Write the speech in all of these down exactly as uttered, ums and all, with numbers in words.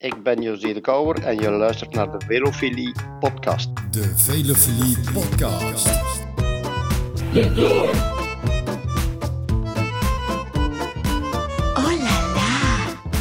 Ik ben José de Kouwer en je luistert naar de Velofilie podcast. De Velofilie podcast. De Door. Oh la la.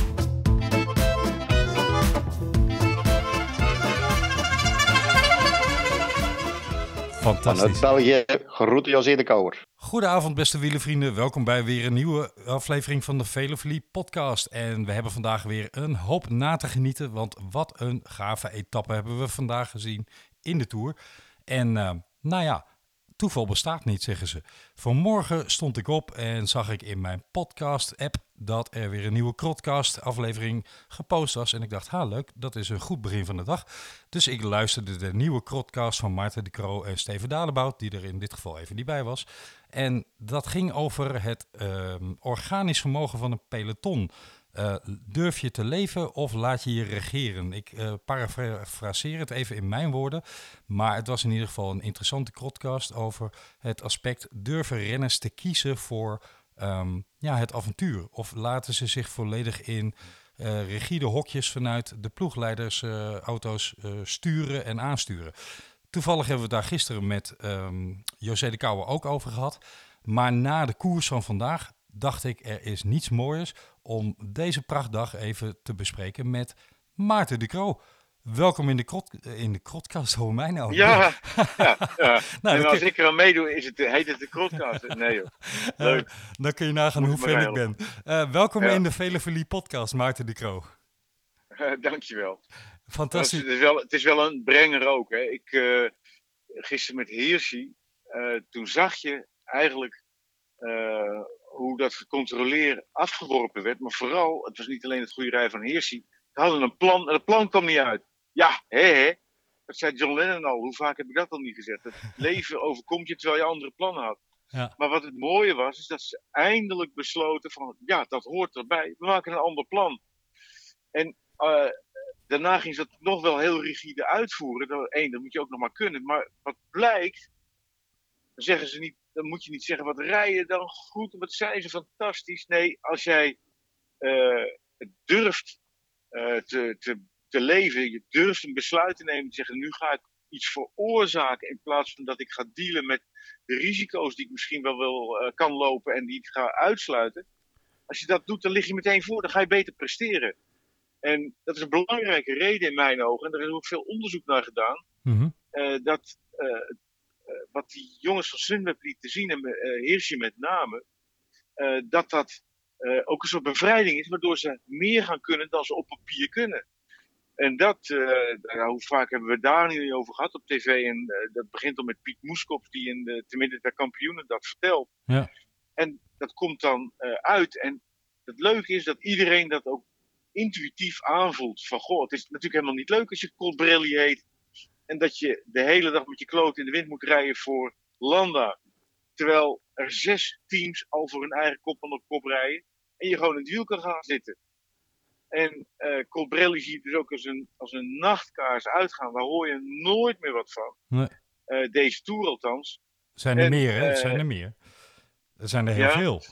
Fantastisch. Vanuit België, groeten José de Kouwer. Goedenavond beste wielervrienden, welkom bij weer een nieuwe aflevering van de Velofilie podcast. En we hebben vandaag weer een hoop na te genieten, want wat een gave etappe hebben we vandaag gezien in de Tour. En uh, nou ja, toeval bestaat niet, zeggen ze. Vanmorgen stond ik op en zag ik in mijn podcast-app dat er weer een nieuwe Crotcast-aflevering gepost was. En ik dacht, ha leuk, dat is een goed begin van de dag. Dus ik luisterde de nieuwe Crotcast van Maarten de Croo en Steven Dalebout, die er in dit geval even niet bij was. En dat ging over het uh, organisch vermogen van een peloton. Uh, durf je te leven of laat je je regeren? Ik uh, parafraseer het even in mijn woorden. Maar het was in ieder geval een interessante podcast over het aspect durven renners te kiezen voor um, ja, het avontuur. Of laten ze zich volledig in uh, rigide hokjes vanuit de ploegleidersauto's uh, uh, sturen en aansturen. Toevallig hebben we het daar gisteren met um, José de Kouwer ook over gehad. Maar na de koers van vandaag dacht ik, er is niets mooiers om deze prachtdag even te bespreken met Maarten de Croo. Welkom in de, krot, in de Crotcast, hoor mij nou. Ja, ja, ja. nou, en als kun... ik er aan meedoe, is het, heet het de Crotcast. Nee joh, leuk. Uh, dan kun je nagaan hoe ver ik ben. Uh, welkom ja. in de Velofilie podcast, Maarten de Croo. Uh, dankjewel. Fantastisch. Het is, wel, het is wel een brenger ook. Hè. Ik, uh, gisteren met Hirschi, uh, toen zag je eigenlijk uh, hoe dat gecontroleerd afgeworpen werd. Maar vooral, het was niet alleen het goede rijden van Hirschi. Ze hadden een plan en het plan kwam niet uit. Ja, hè hè. Dat zei John Lennon al. Hoe vaak heb ik dat al niet gezegd? Het leven overkomt je terwijl je andere plannen had. Ja. Maar wat het mooie was, is dat ze eindelijk besloten van, ja, dat hoort erbij. We maken een ander plan. En uh, daarna ging ze dat nog wel heel rigide uitvoeren. Eén, dat moet je ook nog maar kunnen. Maar wat blijkt, dan zeggen ze niet, dan moet je niet zeggen, wat rijden dan goed, wat zijn ze fantastisch. Nee, als jij uh, durft uh, te, te, te leven, je durft een besluit te nemen, te zeggen, nu ga ik iets veroorzaken, in plaats van dat ik ga dealen met de risico's die ik misschien wel, wel uh, kan lopen en die ik ga uitsluiten. Als je dat doet, dan lig je meteen voor, dan ga je beter presteren. En dat is een belangrijke reden in mijn ogen, en er is ook veel onderzoek naar gedaan, Mm-hmm. uh, dat uh, uh, wat die jongens van Sunweb lieten zien, en uh, Hirschi met name, uh, dat dat uh, ook een soort bevrijding is, waardoor ze meer gaan kunnen dan ze op papier kunnen. En dat, uh, nou, hoe vaak hebben we daar niet over gehad op tv, en uh, dat begint al met Piet Moeskop, die in de te midden der kampioenen dat vertelt. Ja. En dat komt dan uh, uit, en het leuke is dat iedereen dat ook intuïtief aanvoelt. Van goh, het is natuurlijk helemaal niet leuk als je Colbrelli heet en dat je de hele dag met je kloot in de wind moet rijden voor Landa. Terwijl er zes teams al voor hun eigen kop aan de kop rijden en je gewoon in het wiel kan gaan zitten. En uh, Colbrelli zie je dus ook als een, als een nachtkaars uitgaan. Daar hoor je nooit meer wat van. Nee. Uh, deze Tour althans. Zijn er en, meer, hè? Uh, Er zijn er meer. Er zijn er heel ja, veel.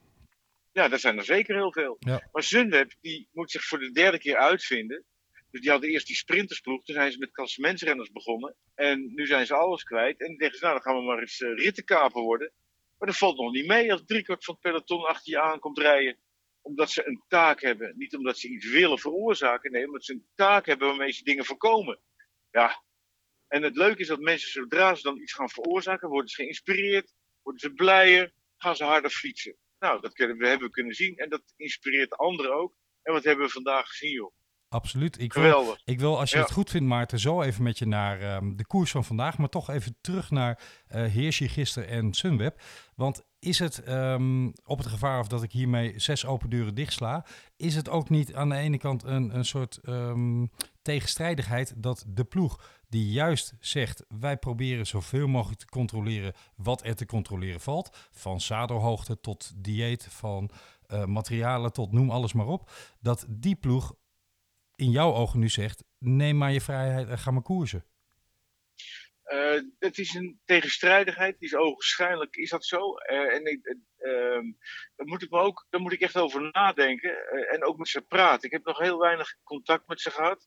Ja, dat zijn er zeker heel veel. Ja. Maar Sunweb, die moet zich voor de derde keer uitvinden. Dus die hadden eerst die sprintersploeg. Toen zijn ze met klassementsrenners begonnen. En nu zijn ze alles kwijt. En dan denken ze, nou dan gaan we maar eens uh, rittenkaper worden. Maar dat valt nog niet mee als driekwart van het peloton achter je aankomt rijden. Omdat ze een taak hebben. Niet omdat ze iets willen veroorzaken. Nee, omdat ze een taak hebben waarmee ze dingen voorkomen. Ja. En het leuke is dat mensen, zodra ze dan iets gaan veroorzaken, worden ze geïnspireerd. Worden ze blijer. Gaan ze harder fietsen. Nou, dat kunnen we, hebben we kunnen zien. En dat inspireert anderen ook. En wat hebben we vandaag gezien, joh. Absoluut. Ik wil, Geweldig. ik wil, als je Ja. het goed vindt, Maarten, zo even met je naar um, de koers van vandaag. Maar toch even terug naar uh, Hirschi gisteren en Sunweb. Want is het, um, op het gevaar of dat ik hiermee zes open deuren dichtsla, is het ook niet aan de ene kant een, een soort um, tegenstrijdigheid dat de ploeg die juist zegt, wij proberen zoveel mogelijk te controleren wat er te controleren valt. Van zadelhoogte tot dieet, van uh, materialen tot noem alles maar op. Dat die ploeg in jouw ogen nu zegt, neem maar je vrijheid en ga maar koersen. Uh, het is een tegenstrijdigheid, die is ogenschijnlijk is dat zo. Uh, en uh, Um, daar moet ik me ook, daar moet ik echt over nadenken. Uh, en ook met ze praten. Ik heb nog heel weinig contact met ze gehad.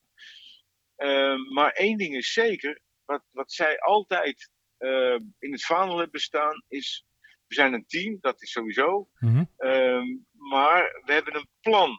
Um, maar één ding is zeker. Wat, wat zij altijd uh, in het vaandel hebben staan is... We zijn een team, dat is sowieso. Mm-hmm. Um, maar we hebben een plan.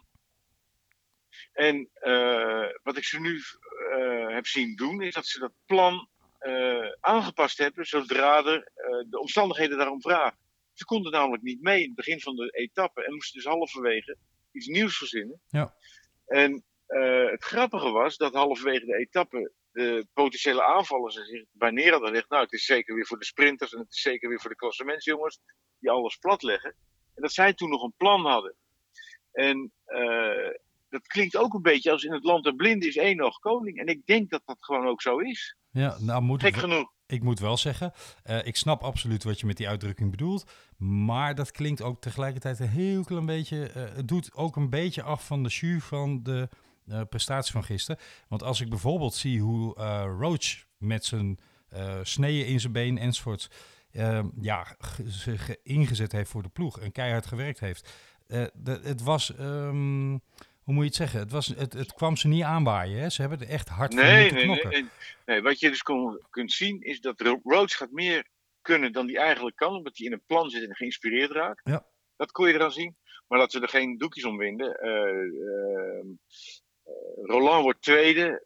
En uh, wat ik ze nu uh, heb zien doen, is dat ze dat plan uh, aangepast hebben zodra er uh, de omstandigheden daarom vragen. Ze konden namelijk niet mee in het begin van de etappe en moesten dus halverwege iets nieuws verzinnen. Ja. En uh, het grappige was dat halverwege de etappe de potentiële aanvallers zich bij neer hadden gelegd. Nou, het is zeker weer voor de sprinters en het is zeker weer voor de klassementsjongens die alles platleggen. En dat zij toen nog een plan hadden. En uh, dat klinkt ook een beetje als in het land der blinden is één oog koning. En ik denk dat dat gewoon ook zo is. Ja, nou moet Gek ik, genoeg. Ik moet wel zeggen, uh, ik snap absoluut wat je met die uitdrukking bedoelt. Maar dat klinkt ook tegelijkertijd een heel klein beetje... Uh, het doet ook een beetje af van de jus van de uh, prestatie van gisteren. Want als ik bijvoorbeeld zie hoe uh, Roach met zijn uh, sneeën in zijn been enzovoort... Uh, ja, zich ingezet heeft voor de ploeg en keihard gewerkt heeft. Uh, de, het was... Um, Hoe moet je het zeggen? Het, was, het, het kwam ze niet aanwaaien. Hè? Ze hebben er echt hard nee, voor moeten nee, knokken. Nee, nee. nee, wat je dus kon, kunt zien is dat Roach gaat meer kunnen dan hij eigenlijk kan. Omdat hij in een plan zit en geïnspireerd raakt. Ja. Dat kon je eraan zien. Maar dat ze er geen doekjes om winden. Uh, uh, uh, Roland wordt tweede.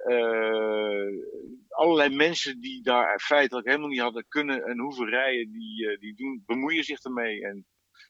Uh, allerlei mensen die daar feitelijk helemaal niet hadden kunnen en hoeven rijden. Die, uh, die doen, bemoeien zich ermee. En...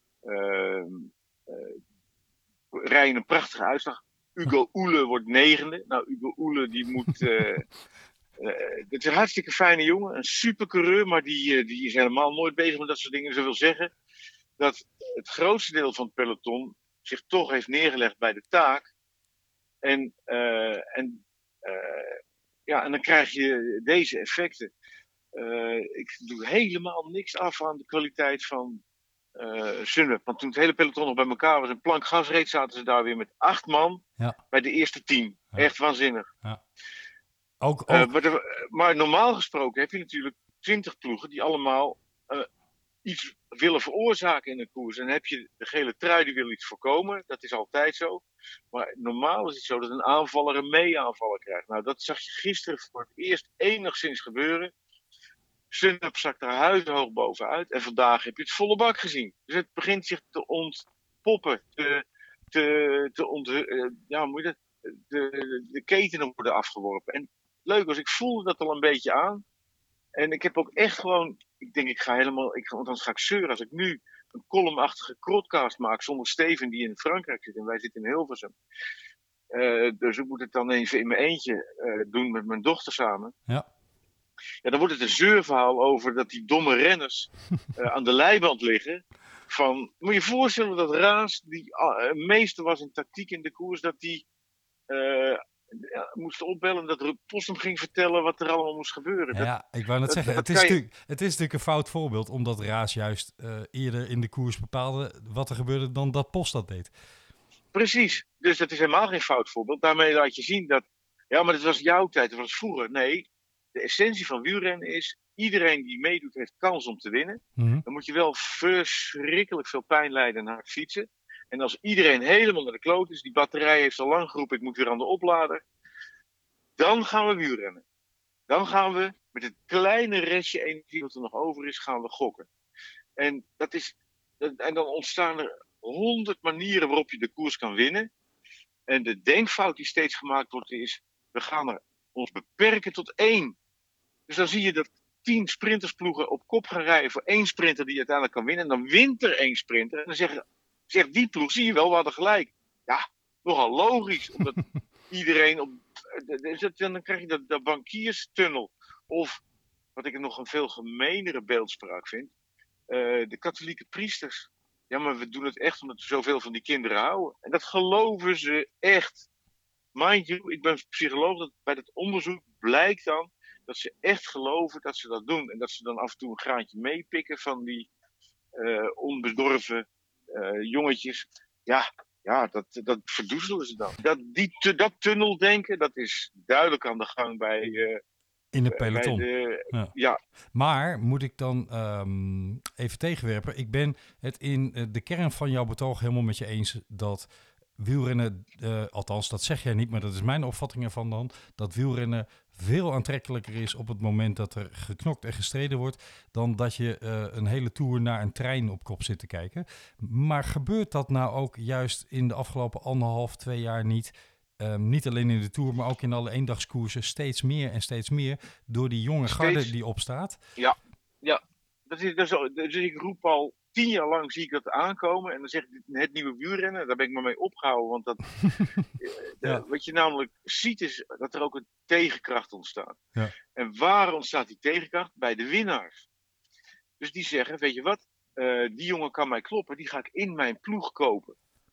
Uh, uh, rijden een prachtige uitslag. Ugo Oele wordt negende. Nou, Ugo Oele die moet... Uh, uh, het is een hartstikke fijne jongen. Een supercoureur, maar die, uh, die is helemaal nooit bezig met dat soort dingen. Dat wil zeggen dat het grootste deel van het peloton zich toch heeft neergelegd bij de taak. En, uh, en, uh, ja, en dan krijg je deze effecten. Uh, ik doe helemaal niks af aan de kwaliteit van... Uh, Sunweb. Want toen het hele peloton nog bij elkaar was en plank gas reed, zaten ze daar weer met acht man ja. bij de eerste tien. Ja. Echt waanzinnig. Ja. Ook, ook... Uh, maar, de, maar normaal gesproken heb je natuurlijk twintig ploegen die allemaal uh, iets willen veroorzaken in een koers. En dan heb je de gele trui die wil iets voorkomen. Dat is altijd zo. Maar normaal is het zo dat een aanvaller een mee-aanvaller krijgt. Nou, dat zag je gisteren voor het eerst enigszins gebeuren. Sunweb zakt er huizenhoog bovenuit. En vandaag heb je het volle bak gezien. Dus het begint zich te ontpoppen. Te, te, te ont, uh, ja, moet je dat? De, de ketenen worden afgeworpen. En leuk was, ik voelde dat al een beetje aan. En ik heb ook echt gewoon... Ik denk, ik ga helemaal... Ik, want anders ga ik zeuren als ik nu een columnachtige crowdcast maak zonder Steven die in Frankrijk zit. En wij zitten in Hilversum. Uh, dus ik moet het dan even in mijn eentje uh, doen met mijn dochter samen. Ja. Ja, dan wordt het een zeurverhaal over dat die domme renners uh, aan de leiband liggen. Van, moet je je voorstellen dat Raas, die uh, meester was in tactiek in de koers, dat die uh, ja, moest opbellen dat Ruud Post hem ging vertellen wat er allemaal moest gebeuren. Ja, dat, ik wou net dat, zeggen, dat het, is je... natuurlijk, het is natuurlijk een fout voorbeeld, omdat Raas juist uh, eerder in de koers bepaalde wat er gebeurde dan dat Post dat deed. Precies, dus dat is helemaal geen fout voorbeeld. Daarmee laat je zien dat, ja, maar dat was jouw tijd, dat was vroeger. Nee. De essentie van wielrennen is, iedereen die meedoet heeft kans om te winnen. Mm-hmm. Dan moet je wel verschrikkelijk veel pijn lijden en hard fietsen. En als iedereen helemaal naar de kloot is, die batterij heeft al lang geroepen, ik moet weer aan de oplader. Dan gaan we wielrennen. Dan gaan we met het kleine restje energie wat er nog over is, gaan we gokken. En, dat is, en dan ontstaan er honderd manieren waarop je de koers kan winnen. En de denkfout die steeds gemaakt wordt is, we gaan er ons beperken tot één. Dus dan zie je dat tien sprintersploegen op kop gaan rijden voor één sprinter die uiteindelijk kan winnen. En dan wint er één sprinter. En dan zegt, zegt die ploeg, zie je wel, we hadden gelijk. Ja, nogal logisch. Omdat iedereen op... Dan krijg je de, de bankierstunnel. Of, wat ik nog een veel gemeenere beeldspraak vind, uh, de katholieke priesters. Ja, maar we doen het echt omdat we zoveel van die kinderen houden. En dat geloven ze echt. Mind you, ik ben psycholoog, dat bij dat onderzoek blijkt dan dat ze echt geloven dat ze dat doen. En dat ze dan af en toe een graantje meepikken van die uh, onbedorven uh, jongetjes. Ja, ja dat, dat verdoezelen ze dan. Dat, die, dat tunneldenken, dat is duidelijk aan de gang bij, uh, In het bij peloton. de, Ja. ja, Maar moet ik dan ehm, even tegenwerpen? Ik ben het in eh, de kern van jouw betoog helemaal met je eens dat wielrennen, eh, althans dat zeg jij niet, maar dat is mijn opvatting ervan dan, dat wielrennen veel aantrekkelijker is op het moment dat er geknokt en gestreden wordt, dan dat je eh, een hele tour naar een trein op kop zit te kijken. Maar gebeurt dat nou ook juist in de afgelopen anderhalf, twee jaar niet? Um, niet alleen in de Tour, maar ook in alle eendagskoersen steeds meer en steeds meer door die jonge steeds. garde die opstaat. Ja, ja. Dat is, dat is, al- dus ik roep al tien jaar lang zie ik dat aankomen. En dan zeg ik het nieuwe wielrennen, daar ben ik maar mee opgehouden. Want dat, de, Ja. wat je namelijk ziet is dat er ook een tegenkracht ontstaat. Ja. En waar ontstaat die tegenkracht? Bij de winnaars. Dus die zeggen, weet je wat, uh, die jongen kan mij kloppen, die ga ik in mijn ploeg kopen.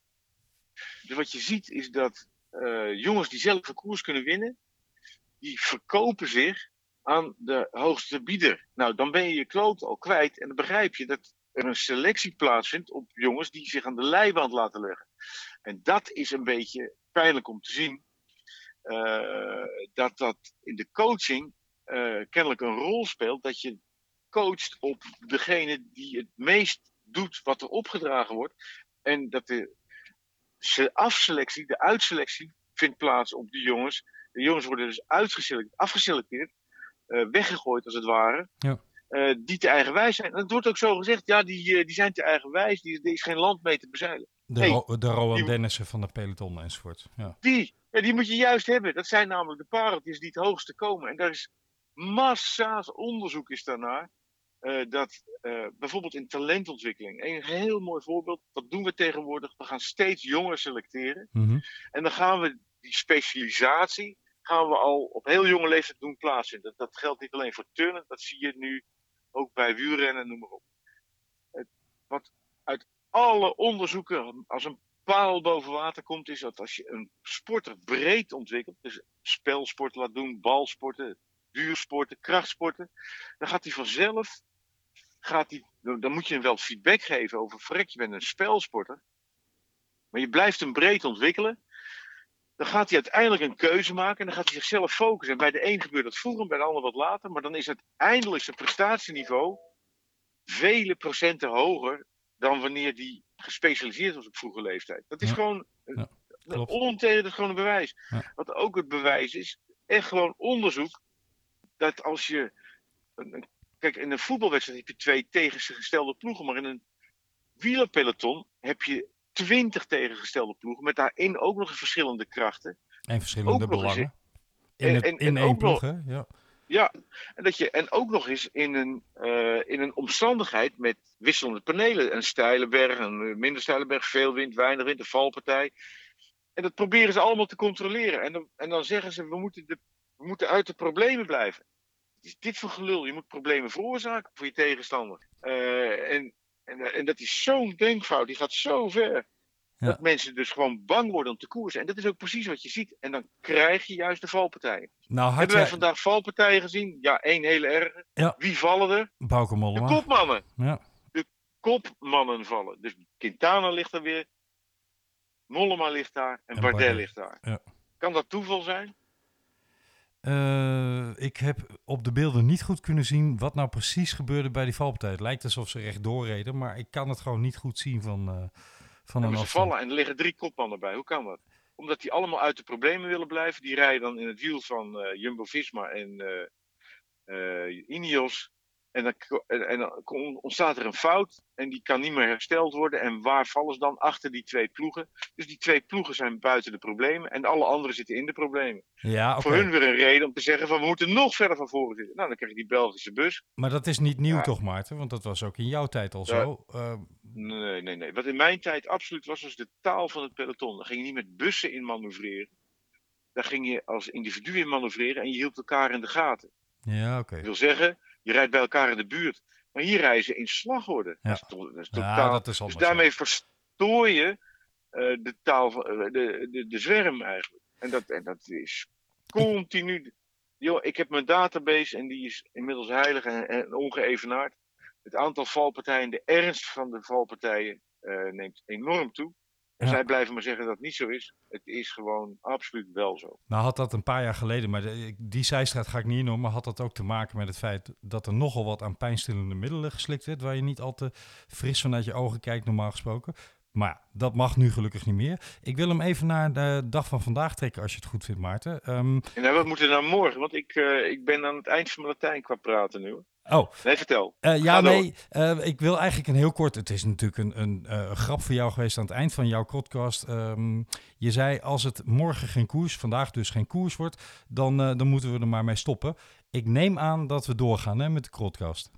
Dus wat je ziet is dat uh, jongens die zelf een koers kunnen winnen, die verkopen zich aan de hoogste bieder. Nou, dan ben je je kloot al kwijt en dan begrijp je dat er een selectie plaatsvindt op jongens die zich aan de leiband laten leggen. En dat is een beetje pijnlijk om te zien. Uh, dat dat in de coaching uh, kennelijk een rol speelt. Dat je coacht op degene die het meest doet wat er opgedragen wordt. En dat de afselectie, de uitselectie vindt plaats op die jongens. De jongens worden dus uitgeselecteerd, afgeselecteerd, uh, weggegooid als het ware. Ja. Uh, die te eigenwijs zijn. En het wordt ook zo gezegd, ja, die, uh, die zijn te eigenwijs, die, er is geen land mee te bezeilen. De, hey, Ro- de Rowan die, Dennissen van de peloton enzovoort. Ja. Die, ja, die moet je juist hebben. Dat zijn namelijk de pareltjes die het hoogste komen. En daar is massa's onderzoek is daarnaar. Uh, dat uh, bijvoorbeeld in talentontwikkeling, een heel mooi voorbeeld, dat doen we tegenwoordig. We gaan steeds jonger selecteren. Mm-hmm. En dan gaan we die specialisatie gaan we al op heel jonge leeftijd doen plaatsvinden. Dat, dat geldt niet alleen voor turnen, dat zie je nu ook bij wielrennen, noem maar op. Het, wat uit alle onderzoeken als een paal boven water komt, is dat als je een sporter breed ontwikkelt, dus spelsporten laat doen, balsporten, duursporten, krachtsporten, dan gaat hij vanzelf, gaat hij, dan moet je hem wel feedback geven over, verrek, je bent een spelsporter, maar je blijft hem breed ontwikkelen. Dan gaat hij uiteindelijk een keuze maken en dan gaat hij zichzelf focussen. En bij de een gebeurt dat vroeger, bij de ander wat later. Maar dan is uiteindelijk zijn prestatieniveau vele procenten hoger dan wanneer die gespecialiseerd was op vroege leeftijd. Dat is ja. gewoon ja, onomtegen, dat is gewoon een bewijs. Ja. Wat ook het bewijs is, echt gewoon onderzoek, dat als je... Kijk, in een voetbalwedstrijd heb je twee tegengestelde ploegen, maar in een wielerpeloton heb je twintig tegengestelde ploegen, met daarin ook nog verschillende krachten. En verschillende ook belangen. In, in het, en, in en één ploeg, nog, hè? Ja. Ja, en, dat je, en ook nog eens in een, uh, in een omstandigheid met wisselende panelen. Een steile berg, een minder steile berg, veel wind, weinig wind, een valpartij. En dat proberen ze allemaal te controleren. En dan, en dan zeggen ze, we moeten, de, we moeten uit de problemen blijven. Wat is dit voor gelul? Je moet problemen veroorzaken voor je tegenstander. Uh, en, en, en dat is zo'n denkfout, die gaat zo ver. Ja. Dat mensen dus gewoon bang worden om te koersen. En dat is ook precies wat je ziet. En dan krijg je juist de valpartijen. Nou, Hebben jij... wij vandaag valpartijen gezien? Ja, één hele erge. Ja. Wie vallen er? Bauke Mollema. De kopmannen. Ja. De kopmannen vallen. Dus Quintana ligt er weer. Mollema ligt daar. En, en Bardet, Bardet ligt daar. Ja. Kan dat toeval zijn? Uh, ik heb op de beelden niet goed kunnen zien wat nou precies gebeurde bij die valpartij. Het lijkt alsof ze rechtdoor reden, maar ik kan het gewoon niet goed zien van... Uh... Van en ze vallen en er liggen drie kopmannen bij. Hoe kan dat? Omdat die allemaal uit de problemen willen blijven. Die rijden dan in het wiel van uh, Jumbo-Visma en uh, uh, Ineos. En dan, en, en dan ontstaat er een fout. En die kan niet meer hersteld worden. En waar vallen ze dan? Achter die twee ploegen. Dus die twee ploegen zijn buiten de problemen. En alle anderen zitten in de problemen. Ja, okay. Voor hun weer een reden om te zeggen van we moeten nog verder van voren zitten. Nou, dan krijg je die Belgische bus. Maar dat is niet nieuw ja. toch, Maarten? Want dat was ook in jouw tijd al ja. zo. Uh... Nee, nee, nee. Wat in mijn tijd absoluut was, was de taal van het peloton. Daar ging je niet met bussen in manoeuvreren. Daar ging je als individu in manoeuvreren en je hield elkaar in de gaten. Ja, oké. Okay. Dat wil zeggen, je rijdt bij elkaar in de buurt. Maar hier rijden ze in slagorde. Ja. Dat is, to- dat is totaal... Ja, dat is dus daarmee ja. verstoor je uh, de taal van uh, de, de, de zwerm eigenlijk. En dat, en dat is continu... Yo, ik heb mijn database en die is inmiddels heilig en, en ongeëvenaard. Het aantal valpartijen, de ernst van de valpartijen uh, neemt enorm toe. En Ja. zij blijven maar zeggen dat het niet zo is. Het is gewoon absoluut wel zo. Nou had dat een paar jaar geleden, maar de- die zijstraat ga ik niet in, maar had dat ook te maken met het feit dat er nogal wat aan pijnstillende middelen geslikt werd, waar je niet al te fris vanuit je ogen kijkt, normaal gesproken. Maar ja, dat mag nu gelukkig niet meer. Ik wil hem even naar de dag van vandaag trekken, als je het goed vindt, Maarten. Ehm, En nou, wat moet er nou morgen? Want ik, uh, ik ben aan het eind van mijn Latijn qua praten nu. oh, Nee, vertel. Uh, ja, Ga door. nee, uh, ik wil eigenlijk een heel kort... Het is natuurlijk een, een uh, grap voor jou geweest aan het eind van jouw podcast. Um, je zei, als het morgen geen koers, vandaag dus geen koers wordt, dan, uh, dan moeten we er maar mee stoppen. Ik neem aan dat we doorgaan hè, met de podcast.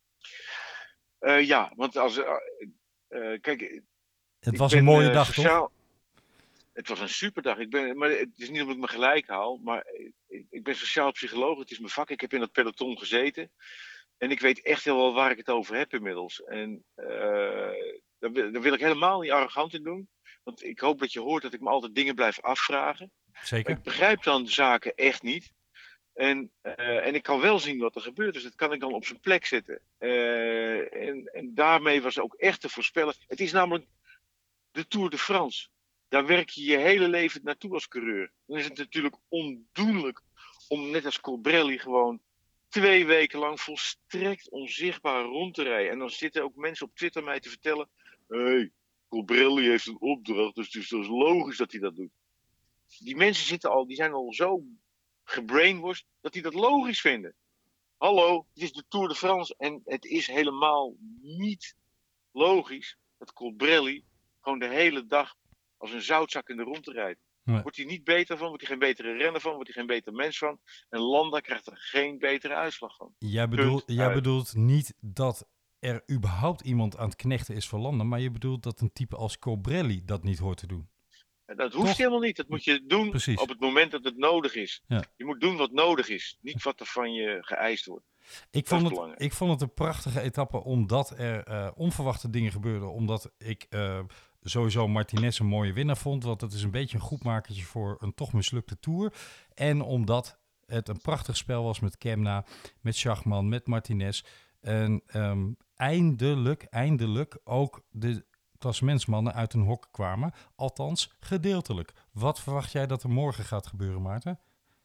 Uh, ja, want als... Uh, uh, kijk... Het was ben, een mooie uh, dag, sociaal... toch? Het was een superdag. Ik ben, maar het is niet omdat ik me gelijk haal, maar ik, ik ben sociaal psycholoog. Het is mijn vak. Ik heb in dat peloton gezeten. En ik weet echt heel wel waar ik het over heb inmiddels. En uh, daar, wil, daar wil ik helemaal niet arrogant in doen. Want ik hoop dat je hoort dat ik me altijd dingen blijf afvragen. Zeker. Maar ik begrijp dan de zaken echt niet. En, uh, en ik kan wel zien wat er gebeurt. Dus dat kan ik dan op zijn plek zetten. Uh, en, en daarmee was ook echt te voorspellen. Het is namelijk de Tour de France. Daar werk je je hele leven naartoe als coureur. Dan is het natuurlijk ondoenlijk om net als Colbrelli gewoon twee weken lang volstrekt onzichtbaar rond te rijden. En dan zitten ook mensen op Twitter mij te vertellen... Hé, hey, Colbrelli heeft een opdracht, dus het is dus logisch dat hij dat doet. Die mensen zitten al, die zijn al zo gebrainwashed dat die dat logisch vinden. Hallo, het is de Tour de France en het is helemaal niet logisch dat Colbrelli gewoon de hele dag als een zoutzak in de rondte rijdt. Nee. Wordt hij niet beter van, wordt hij geen betere renner van, wordt hij geen beter mens van. En Landa krijgt er geen betere uitslag van. Jij, bedoel, jij bedoelt niet dat er überhaupt iemand aan het knechten is voor Landa, maar je bedoelt dat een type als Colbrelli dat niet hoort te doen. En dat hoeft Toch? helemaal niet. Dat moet je doen Precies. op het moment dat het nodig is. Ja. Je moet doen wat nodig is, niet wat er van je geëist wordt. Ik vond, het, ik vond het een prachtige etappe omdat er uh, onverwachte dingen gebeurden. Omdat ik uh, sowieso Martinez een mooie winnaar vond. Want het is een beetje een goedmakertje voor een toch mislukte Tour. En omdat het een prachtig spel was met Kemna, met Schachman, met Martinez. En um, eindelijk, eindelijk ook de klassementsmannen uit hun hok kwamen. Althans, gedeeltelijk. Wat verwacht jij dat er morgen gaat gebeuren, Maarten?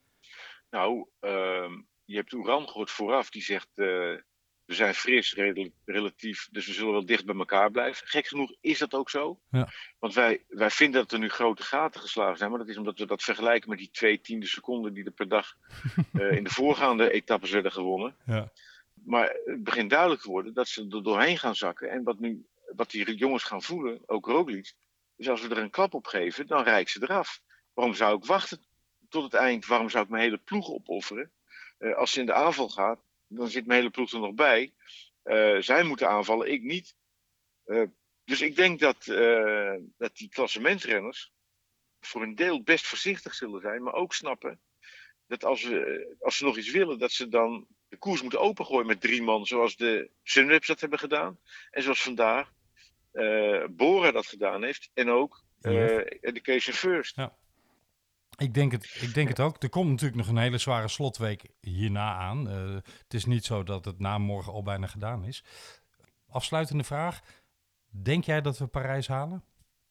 Nou, uh, je hebt Uran gehoord vooraf. Die zegt, uh, we zijn fris redelijk, relatief, dus we zullen wel dicht bij elkaar blijven. Gek genoeg is dat ook zo. Ja. Want wij, wij vinden dat er nu grote gaten geslagen zijn. Maar dat is omdat we dat vergelijken met die twee tiende seconden die er per dag uh, in de voorgaande etappes werden gewonnen. Ja. Maar het begint duidelijk te worden dat ze er doorheen gaan zakken. En wat nu... Wat die jongens gaan voelen, ook Roglic, is als we er een klap op geven, dan rijdt ze eraf. Waarom zou ik wachten tot het eind? Waarom zou ik mijn hele ploeg opofferen? Uh, als ze in de aanval gaat, dan zit mijn hele ploeg er nog bij. Uh, zij moeten aanvallen, ik niet. Uh, dus ik denk dat, uh, dat die klassementrenners voor een deel best voorzichtig zullen zijn, maar ook snappen dat als, we, als ze nog iets willen, dat ze dan de koers moeten opengooien met drie man, zoals de Sunwebs dat hebben gedaan. En zoals vandaag uh, Bora dat gedaan heeft. En ook uh, Education First. Ja. Ik denk, het, ik denk het ook. Er komt natuurlijk nog een hele zware slotweek hierna aan. Uh, het is niet zo dat het na morgen al bijna gedaan is. Afsluitende vraag. Denk jij dat we Parijs halen?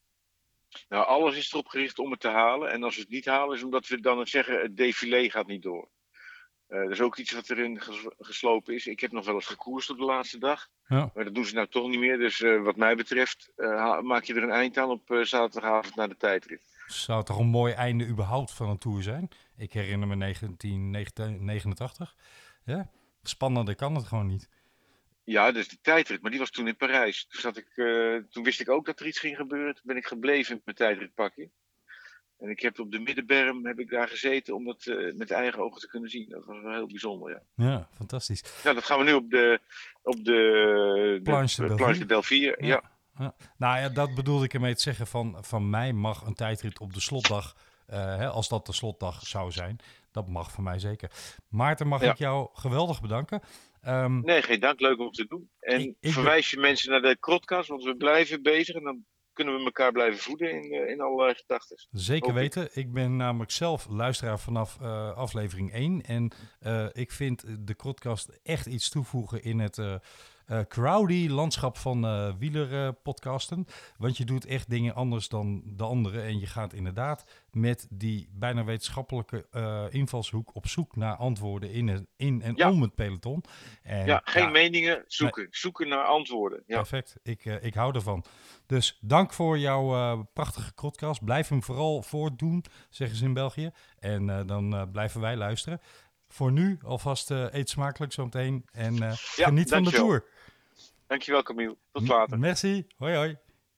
Nou, alles is erop gericht om het te halen. En als we het niet halen, is omdat we dan zeggen, het défilé gaat niet door. Uh, dat is ook iets wat erin ges- geslopen is. Ik heb nog wel eens gekoerst op de laatste dag. Ja. Maar dat doen ze nou toch niet meer. Dus uh, wat mij betreft uh, maak je er een eind aan op uh, zaterdagavond naar de tijdrit. Zou toch een mooi einde überhaupt van een Tour zijn? Ik herinner me negentien negenentachtig. Ja? Spannender kan het gewoon niet. Ja, dat is de tijdrit. Maar die was toen in Parijs. Toen, zat ik, uh, toen wist ik ook dat er iets ging gebeuren. Toen ben ik gebleven met mijn tijdritpakje. En ik heb op de middenberm heb ik daar gezeten om dat uh, met eigen ogen te kunnen zien. Dat was wel heel bijzonder, ja. Ja, fantastisch. Ja, dat gaan we nu op de, op de, Planche de, de Delvier. Ja. Ja. Ja. Nou ja, dat bedoelde ik ermee te zeggen. Van, van mij mag een tijdrit op de slotdag, uh, hè, als dat de slotdag zou zijn, dat mag van mij zeker. Maarten, mag ja. ik jou geweldig bedanken. Um, nee, geen dank. Leuk om te doen. En ik, ik verwijs je ben... mensen naar de podcast, want we blijven bezig en dan kunnen we elkaar blijven voeden in, uh, in allerlei gedachten. Zeker Hoop weten. Ik. ik ben namelijk zelf luisteraar vanaf uh, aflevering één. En uh, ik vind de podcast echt iets toevoegen in het, uh, uh, crowdy landschap van uh, wielerpodcasten. Uh, want je doet echt dingen anders dan de anderen. En je gaat inderdaad met die bijna wetenschappelijke uh, invalshoek op zoek naar antwoorden in, het, in en ja. om het peloton. En, ja, geen ja, meningen, zoeken. Nee. Zoeken naar antwoorden. Ja. Perfect, ik, uh, ik hou ervan. Dus dank voor jouw uh, prachtige podcast. Blijf hem vooral voortdoen, zeggen ze in België. En uh, dan uh, blijven wij luisteren. Voor nu alvast uh, eet smakelijk zo meteen. En uh, ja, geniet van de tour. Dankjewel Camille. Tot later. M- merci. Hoi hoi.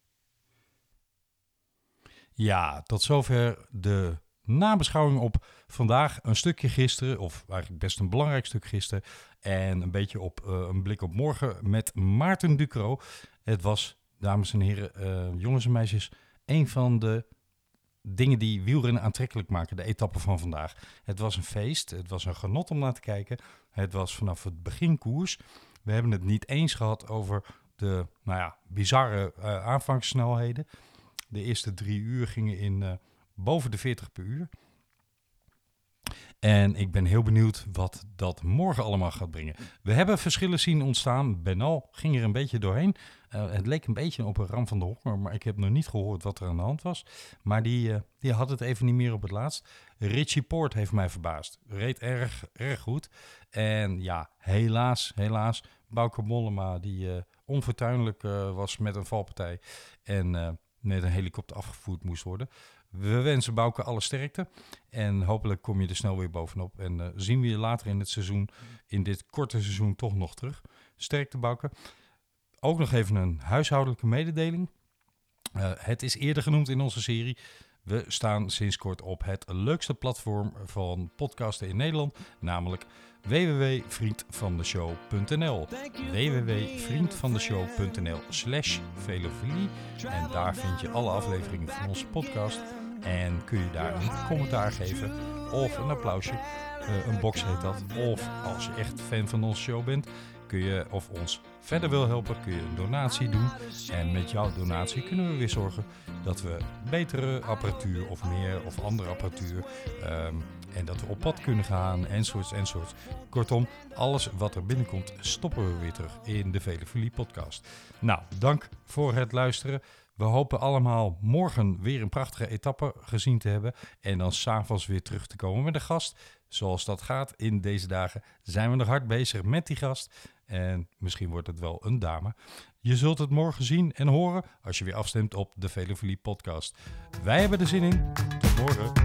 Ja, tot zover de nabeschouwing op vandaag. Een stukje gisteren, of eigenlijk best een belangrijk stuk gisteren. En een beetje op uh, een blik op morgen met Maarten Ducro. Het was, dames en heren, uh, jongens en meisjes, een van de dingen die wielrennen aantrekkelijk maken, de etappe van vandaag. Het was een feest, het was een genot om naar te kijken. Het was vanaf het begin koers. We hebben het niet eens gehad over de, nou ja, bizarre uh, aanvangssnelheden. De eerste drie uur gingen in uh, boven de veertig per uur. En ik ben heel benieuwd wat dat morgen allemaal gaat brengen. We hebben verschillen zien ontstaan. Bernal ging er een beetje doorheen. Uh, het leek een beetje op een ram van de honger, maar ik heb nog niet gehoord wat er aan de hand was. Maar die, uh, die had het even niet meer op het laatst. Richie Porte heeft mij verbaasd. Reed erg, erg goed. En ja, helaas, helaas, Bauke Mollema, die uh, onfortuinlijk uh, was met een valpartij en uh, met een helikopter afgevoerd moest worden. We wensen Bauke alle sterkte en hopelijk kom je er snel weer bovenop. En uh, zien we je later in het seizoen, in dit korte seizoen, toch nog terug. Sterkte Bauke. Ook nog even een huishoudelijke mededeling. Uh, het is eerder genoemd in onze serie. We staan sinds kort op het leukste platform van podcasten in Nederland, namelijk w w w punt vriendvandeshow punt n l. w w w punt vriendvandeshow punt n l slash velofilie. En daar vind je alle afleveringen van onze podcast. En kun je daar een commentaar geven of een applausje. Uh, een box heet dat. Of als je echt fan van onze show bent, kun je, of ons verder wil helpen, kun je een donatie doen. En met jouw donatie kunnen we weer zorgen dat we betere apparatuur of meer of andere apparatuur um, en dat we op pad kunnen gaan enzovoorts enzovoorts. Kortom, alles wat er binnenkomt stoppen we weer terug in de Velofilie podcast. Nou, dank voor het luisteren. We hopen allemaal morgen weer een prachtige etappe gezien te hebben en dan 's avonds weer terug te komen met een gast. Zoals dat gaat in deze dagen zijn we nog hard bezig met die gast. En misschien wordt het wel een dame. Je zult het morgen zien en horen als je weer afstemt op de Velofilie podcast. Wij hebben er zin in. Tot morgen.